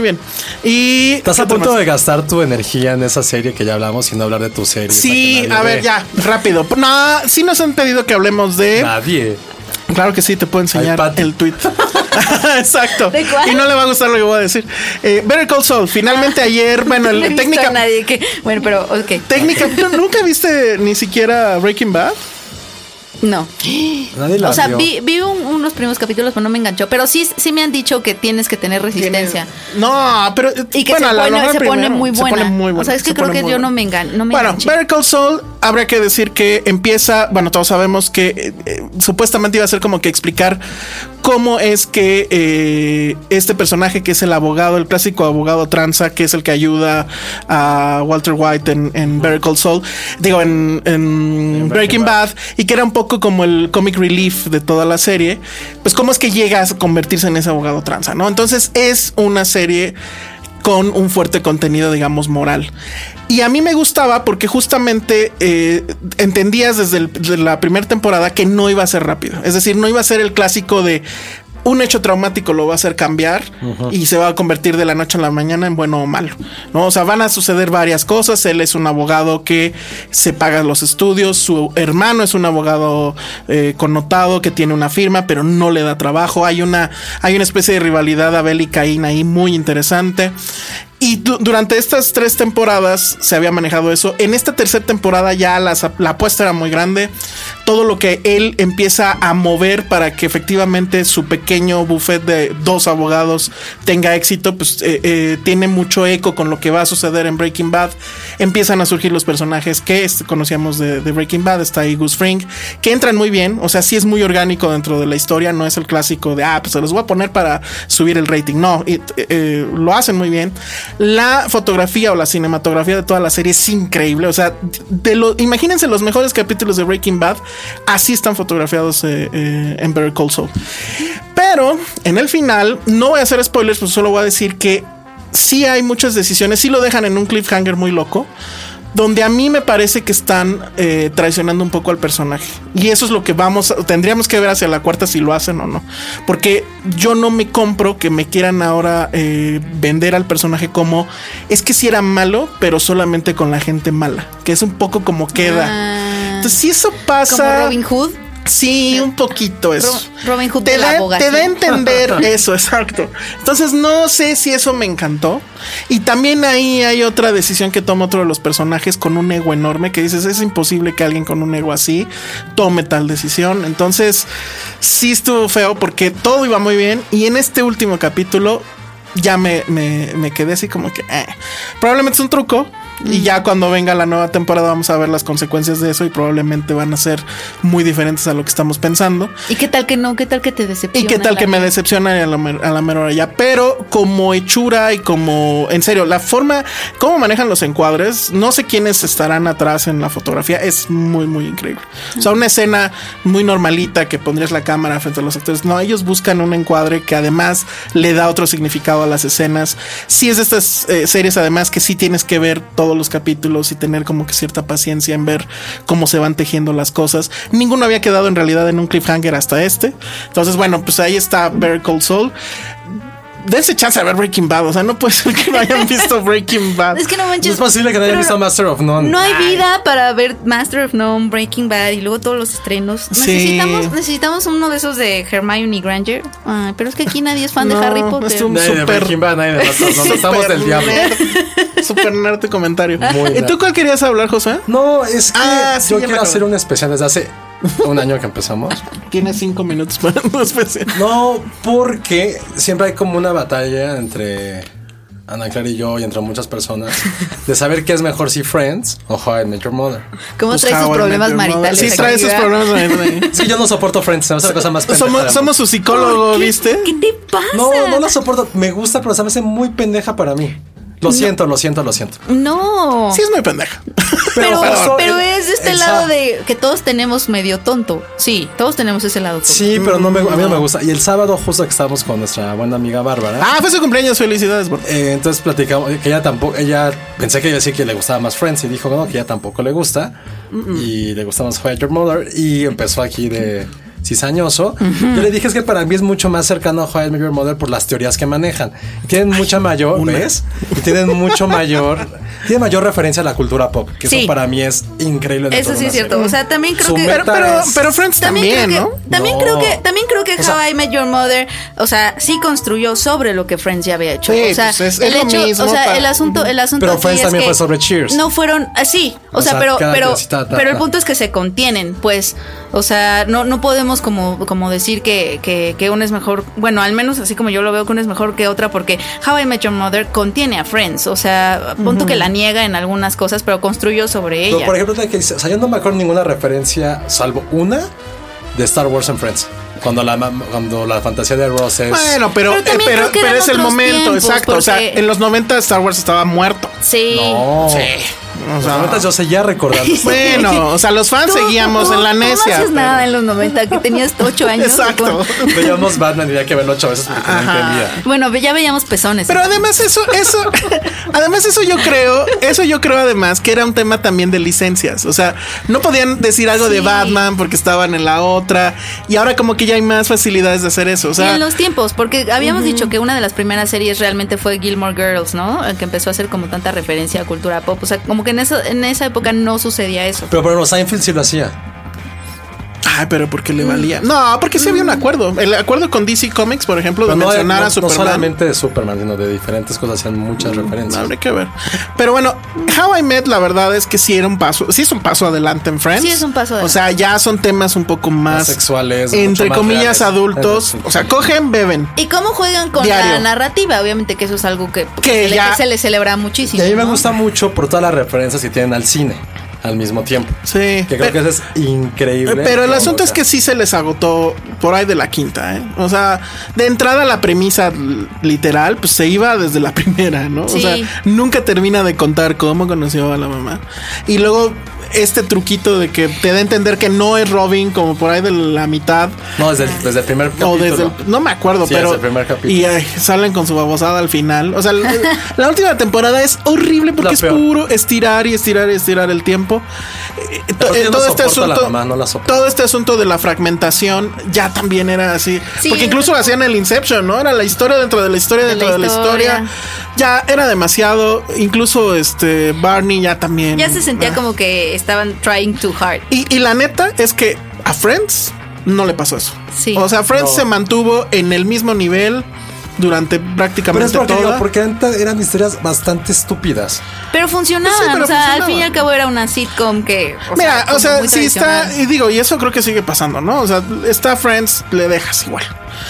Y estás a punto de gastar tu energía en esa serie que ya hablamos y no hablar de tu serie. Sí, a ver, ya, rápido. No, sí nos han pedido que hablemos de... Nadie. Claro que sí, te puedo enseñar el tweet. Exacto. ¿De cuál? Y no le va a gustar lo que voy a decir. Better Call Saul, finalmente ayer, bueno, no técnica... nadie que... Bueno, pero, ok. Técnica, ¿nunca viste ni siquiera Breaking Bad? No. Nadie la o sea, vio. vi unos primeros capítulos, pero no me enganchó. Pero sí me han dicho que tienes que tener resistencia. No, pero y que bueno, se pone muy buena. Se pone muy buena. O sea, es que creo que yo no me enganché. Bueno, Better Call Saul, habría que decir que empieza, bueno, todos sabemos que supuestamente iba a ser como que explicar cómo es que este personaje que es el abogado, el clásico abogado tranza, que es el que ayuda a Walter White en Better Call Saul, digo, en Breaking Bad, y que era un poco como el comic relief de toda la serie, pues cómo es que llega a convertirse en ese abogado tranza, ¿no? Entonces es una serie con un fuerte contenido, digamos, moral. Y a mí me gustaba porque justamente entendías desde la primera temporada que no iba a ser rápido. Es decir, no iba a ser el clásico de un hecho traumático lo va a hacer cambiar y se va a convertir de la noche a la mañana en bueno o malo, ¿no? O sea, van a suceder varias cosas. Él es un abogado que se paga los estudios. Su hermano es un abogado connotado que tiene una firma, pero no le da trabajo. Hay una especie de rivalidad Abel y Caín ahí muy interesante. Y durante estas 3 temporadas se había manejado eso. En esta tercera temporada ya la apuesta era muy grande. Todo lo que él empieza a mover para que efectivamente su pequeño buffet de 2 abogados tenga éxito, pues tiene mucho eco con lo que va a suceder en Breaking Bad. Empiezan a surgir los personajes que conocíamos de Breaking Bad. Está ahí Gus Fring, que entran muy bien. O sea, sí es muy orgánico dentro de la historia. No es el clásico de, pues se los voy a poner para subir el rating. No, lo hacen muy bien. La fotografía o la cinematografía de toda la serie es increíble. O sea, imagínense los mejores capítulos de Breaking Bad, así están fotografiados en Better Call Saul. Pero en el final, no voy a hacer spoilers, pues solo voy a decir que sí hay muchas decisiones, sí lo dejan en un cliffhanger muy loco, donde a mí me parece que están traicionando un poco al personaje. Y eso es lo que tendríamos que ver hacia la cuarta si lo hacen o no. Porque yo no me compro que me quieran ahora vender al personaje como es que sí era malo, pero solamente con la gente mala, que es un poco como queda. Entonces si eso pasa, como Robin Hood. Sí, un poquito eso. Robin Hood de la abogacía. Te da a entender eso, exacto. Entonces no sé si eso me encantó. Y también ahí hay otra decisión que toma otro de los personajes con un ego enorme, que dices, es imposible que alguien con un ego así tome tal decisión. Entonces sí estuvo feo porque todo iba muy bien. Y en este último capítulo ya me quedé así como que probablemente es un truco. Y ya cuando venga la nueva temporada vamos a ver las consecuencias de eso y probablemente van a ser muy diferentes a lo que estamos pensando. ¿Y qué tal que no? ¿Qué tal que te decepciona? ¿Y qué tal que me decepciona a la mera hora ya? Pero como hechura y como, en serio, la forma, cómo manejan los encuadres, no sé quiénes estarán atrás en la fotografía, es muy, muy increíble. O sea, una escena muy normalita que pondrías la cámara frente a los actores. No, ellos buscan un encuadre que además le da otro significado a las escenas. Sí es de estas series además que sí tienes que ver todos los capítulos y tener como que cierta paciencia en ver cómo se van tejiendo las cosas. Ninguno había quedado en realidad en un cliffhanger hasta este. Entonces, bueno, pues ahí está Better Call Saul. Dense chance a ver Breaking Bad. O sea, no puede ser que no hayan visto Breaking Bad. Es que no manches. No es posible que no hayan visto Master of None. No hay vida para ver Master of None, Breaking Bad y luego todos los estrenos. Sí. Necesitamos uno de esos de Hermione Granger. Pero es que aquí nadie es fan de Harry Potter. Es un nadie de Breaking Bad, nadie de nosotros. Estamos del diablo. Super nerd tu comentario. ¿Y tú cuál querías hablar, José? No, es que sí, yo quiero hacer un especial desde hace un año que empezamos. Tienes 5 minutos para un especial. No, porque siempre hay como una batalla entre Ana Clara y yo y entre muchas personas de saber qué es mejor, si Friends o How I Met Your Mother. ¿Cómo trae sus problemas maritales? Sí, trae sus problemas maritales. Sí, yo no soporto Friends, se me hace la cosa más pendeja. Somos su psicólogo, ¿viste? ¿Qué te pasa? No lo soporto. Me gusta, pero se me hace muy pendeja para mí. Lo siento. No. Sí, es muy pendeja. pero es de este lado de que todos tenemos medio tonto. Sí, todos tenemos ese lado tonto. Sí, pero a mí no me gusta. Y el sábado justo que estábamos con nuestra buena amiga Bárbara. Fue su cumpleaños, felicidades. Entonces platicamos que ella pensé que iba a decir que le gustaba más Friends y dijo no, que ella tampoco le gusta y le gusta más How I Met Your Mother y empezó aquí de cizañoso. Yo le dije es que para mí es mucho más cercano a How I Met Your Mother por las teorías que manejan. Tienen mucha mayor, ¿ves? Y tienen mayor referencia a la cultura pop, que eso para mí es increíble. Eso sí es cierto. O sea, también creo que pero Friends también, ¿no? También creo que How I Met Your Mother, o sea, sí construyó sobre lo que Friends ya había hecho. Sí, o sea, pues el hecho, mismo, o sea, el asunto pero Friends también fue sobre Cheers. No fueron así, o sea, pero el punto es que se contienen, pues, o sea, no podemos como decir que una es mejor, bueno, al menos así como yo lo veo, que una es mejor que otra, porque How I Met Your Mother contiene a Friends, o sea, punto que la niega en algunas cosas, pero construyó sobre ella. Pero, por ejemplo, o sea, yo no me acuerdo ninguna referencia, salvo una, de Star Wars en Friends. Cuando la fantasía de Ross es... Bueno, pero es el momento, exacto. O sea, en los 90 Star Wars estaba muerto. Sí. No. Sí. O sea, los 90 yo seguía recordando. Bueno, o sea, los fans seguíamos en la necia. No haces nada en los 90, que tenías 8 años. Exacto. Veíamos Batman y había que verlo 8 veces porque no entendía. Bueno, ya veíamos pezones. Pero además eso yo creo además que era un tema también de licencias. O sea, no podían decir algo de Batman porque estaban en la otra. Y ahora como que ya hay más facilidades de hacer eso. O sea, y en los tiempos, porque habíamos dicho que una de las primeras series realmente fue Gilmore Girls, ¿no? Que empezó a hacer como tanta referencia a cultura pop. O sea, como que en esa época no sucedía eso. Pero los Seinfeld sí lo hacía. Ay, pero ¿por qué le valía? No, porque sí había un acuerdo. El acuerdo con DC Comics, por ejemplo, de mencionar a Superman. No solamente de Superman, sino de diferentes cosas, hacían muchas referencias. Habría que ver. Pero bueno, How I Met, la verdad es que sí es un paso adelante en Friends. Sí es un paso adelante. O sea, ya son temas un poco más sexuales, entre comillas, reales, adultos. O sea, cogen, beben. ¿Y cómo juegan con la narrativa? Obviamente que eso es algo que se le celebra muchísimo. Y a mí me gusta mucho por todas las referencias que tienen al cine al mismo tiempo. Sí. Que creo que eso es increíble. Pero el asunto es que sí se les agotó por ahí de la quinta, ¿eh? O sea, de entrada la premisa literal, pues se iba desde la primera, ¿no? Sí. O sea, nunca termina de contar cómo conoció a la mamá. Y luego este truquito de que te da a entender que no es Robin como por ahí de la mitad. No, desde el primer capítulo. No me acuerdo, sí, pero... Desde el primer capítulo. Y salen con su babosada al final. O sea, la última temporada es horrible porque es puro estirar el tiempo. Todo este asunto de la fragmentación ya también era así. Sí, porque incluso hacían el Inception, ¿no? Era la historia dentro de la historia dentro de la historia. Ya era demasiado. Incluso Barney ya también. Ya se sentía como que estaban trying too hard. Y la neta es que a Friends no le pasó eso. Sí. O sea, Friends se mantuvo en el mismo nivel durante prácticamente todo. Porque eran historias bastante estúpidas. Pero funcionaban, sí, pero al fin y al cabo era una sitcom que... sí está, y eso creo que sigue pasando, ¿no? O sea, está Friends, le dejas igual.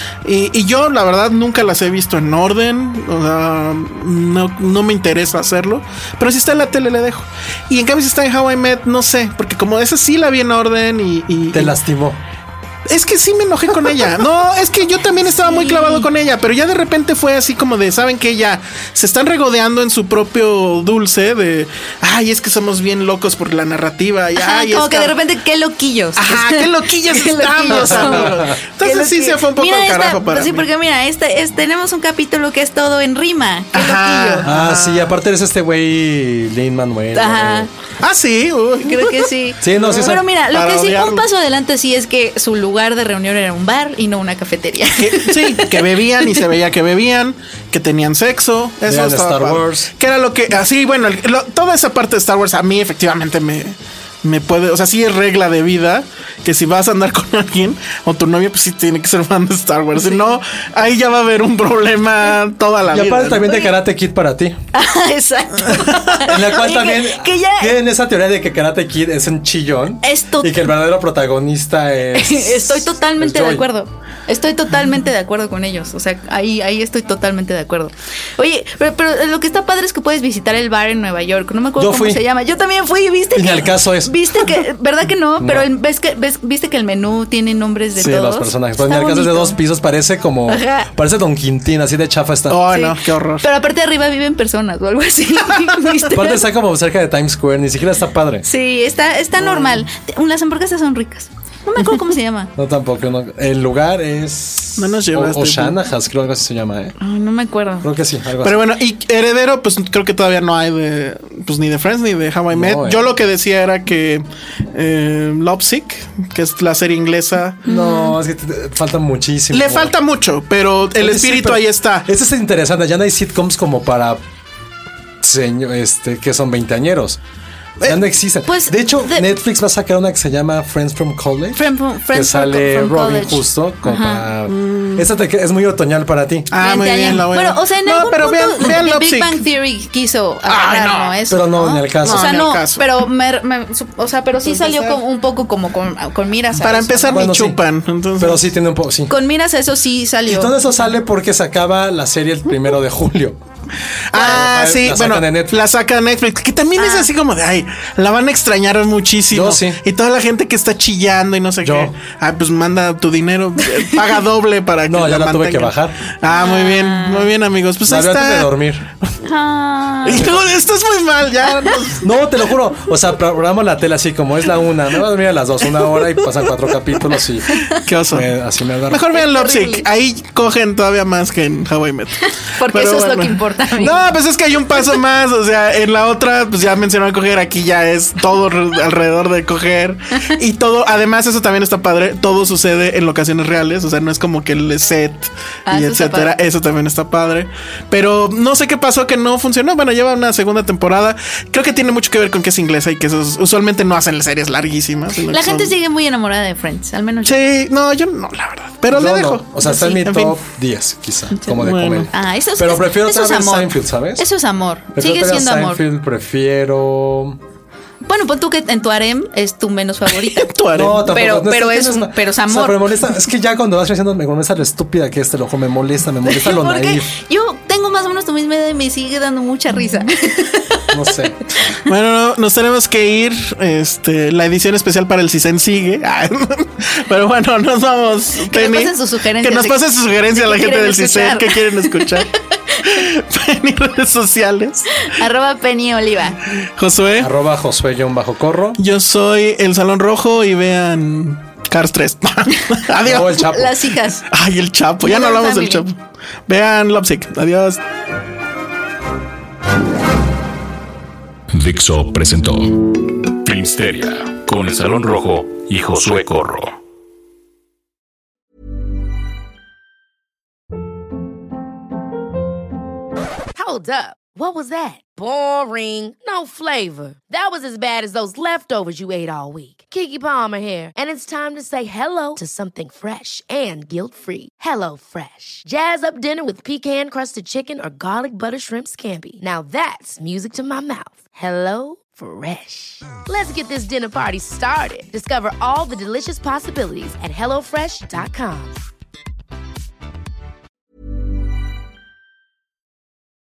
Y yo, la verdad, nunca las he visto en orden. O sea, no me interesa hacerlo. Pero si está en la tele, le dejo. Y en cambio, si está en How I Met, no sé. Porque como esa sí la vi en orden Te lastimó. Es que sí me enojé con ella. No, es que yo también estaba muy clavado con ella, pero ya de repente fue así como de, ¿saben qué? Ya se están regodeando en su propio dulce de, ay, es que somos bien locos por la narrativa. Y, ay, como que de repente, qué loquillos. Ajá, qué loquillos estamos. Entonces sí se fue un poco al carajo para mí. Sí, porque mira, tenemos un capítulo que es todo en rima. Qué loquillo. Sí, aparte eres este güey Lin-Manuel. Ajá. Sí. Creo que sí. Sí, no, sí. Pero mira, lo que sí, un paso adelante sí es que su lugar de reunión era un bar y no una cafetería. Que bebían y se veía que bebían, que tenían sexo. Eso de Star Wars. Que era lo que... Así, bueno, toda esa parte de Star Wars a mí efectivamente me puede... O sea, sí es regla de vida que si vas a andar con alguien o tu novio, pues sí tiene que ser fan de Star Wars. Si no, ahí ya va a haber un problema toda la vida. Y aparte también de Karate Kid para ti. Exacto. En la cual también tienen esa teoría de que Karate Kid es un chillón. Y que el verdadero protagonista es... Estoy totalmente de acuerdo. Estoy totalmente de acuerdo con ellos. O sea, ahí estoy totalmente de acuerdo. Oye, pero lo que está padre es que puedes visitar el bar en Nueva York. No me acuerdo cómo se llama. Yo también fui, ¿viste? Y ni al caso es. ¿Viste que? ¿Verdad que no? Pero ves ¿Viste que el menú tiene nombres de Sí, todos? los personajes. Pues en Está el caso es de bonito. 2 pisos, parece como. Ajá. Parece Don Quintín, así de chafa está. Oh, Sí. no, qué horror. Pero aparte arriba viven personas o algo así. ¿Viste? Aparte está como cerca de Times Square, ni siquiera está padre. Sí, está normal. Las hamburguesas son ricas. No me acuerdo cómo se llama. No, tampoco. No. El lugar es. No nos llevaste. Oshanajas, creo que así se llama, ¿eh? Ay, no me acuerdo. Creo que sí, algo Pero así. bueno, y heredero, pues creo que todavía no hay de. Pues ni de Friends ni de How I Met. Yo lo que decía era que Lovesick, que es la serie inglesa, No, es que falta muchísimo. le falta mucho, pero el Oye, sí, espíritu pero ahí está. Eso es interesante. Ya no hay sitcoms como para. Que son veinteañeros. Ya no existen. pues, de hecho, Netflix va a sacar una que se llama Friends from College. que sale from Robin College. justo. Como para, esa es muy otoñal para ti. Ah, muy bien, la voy a ver. Bueno, o sea, en No, algún pero punto vean The Big Lovesick. Bang Theory quiso agarrar, ¿no? Eso, pero no en el caso. O sea, No, en el no, caso. pero o sea, pero sí salió un poco como con miras a Para eso, empezar, Bueno, ni sí. chupan. Entonces, Pero sí tiene un poco, sí. ¿no? Con miras a eso sí Y salió. todo eso sale porque se acaba la serie el 1 de julio. sí, la bueno, sacan de Netflix. la saca de Netflix, que también es así como de, ay, la van a extrañar muchísimo. Yo sí. Y toda la gente que está chillando y no sé Yo. qué, pues manda tu dinero, paga doble para que No, ya la tuve que mantengan. bajar. Muy bien, amigos. Pues La ahí veo antes de está. dormir. Ah. Hijo, estás muy mal, ya. No, te lo juro. O sea, programamos la tele así como es la 1. Me voy a dormir a las 2, 1 hora y pasan 4 capítulos y Qué oso. así me da. Mejor vean Qué Lovesick. horrible. Ahí cogen todavía más que en How I Met. Porque Pero eso es lo bueno. que importa, amigo. No, pues es que hay un paso más. O sea, en la otra, pues ya mencionó coger. Aquí ya es todo alrededor de coger. Y todo, además, eso también está padre. Todo sucede en locaciones reales. O sea, no es como que el set y Eso está etcétera. padre. Eso también está padre. Pero no sé qué pasó que no funcionó. Bueno, lleva una segunda temporada. Creo que tiene mucho que ver con que es inglesa y que esos usualmente no hacen series larguísimas. sino La que gente son- sigue muy enamorada de Friends, al menos yo. Sí, no, yo no, la verdad. Pero le No, dejo. no. O sea, está en Sí, mi en fin. top 10, quizá. Como de Bueno. comedia. Ah, eso es Pero prefiero eso es otra vez amor. Seinfeld, ¿sabes? Eso es amor. Prefiero Sigue otra vez siendo amor. Seinfeld, prefiero. Bueno, pon tú que en tu harem es tu menos favorita. Tu harem. No, tampoco. Pero- no, pero es es que no un- pero es O sea, amor. pero me molesta. Es que ya cuando vas creciendo me molesta lo estúpida que es, te lo juro, me molesta lo Porque naif. yo tengo más o menos tu misma edad y me sigue dando mucha risa. No sé. Bueno, nos tenemos que ir. La edición especial para el CISEN sigue. Pero bueno, nos vamos. Que nos Penny. pasen sus sugerencias Que nos de- pasen sus sugerencias a de la qué gente del quieren CISEN. escuchar. ¿Qué quieren escuchar? Penny, redes sociales. @Penny Oliva. Josué. @Josué_Corro. Yo soy El Salón Rojo y vean Cars 3. Adiós. No, el Chapo. Las hijas. Ay, el Chapo. Ya no Modern hablamos del Chapo. Family. Vean Lovesick. Adiós. Dixo presentó Filmsteria con El Salón Rojo y Josué Corro. Hold up. What was that? Boring. No flavor. That was as bad as those leftovers you ate all week. Keke Palmer here, and it's time to say hello to something fresh and guilt-free. Hello Fresh. Jazz up dinner with pecan-crusted chicken or garlic butter shrimp scampi. Now that's music to my mouth. Hello Fresh. Let's get this dinner party started. Discover all the delicious possibilities at hellofresh.com.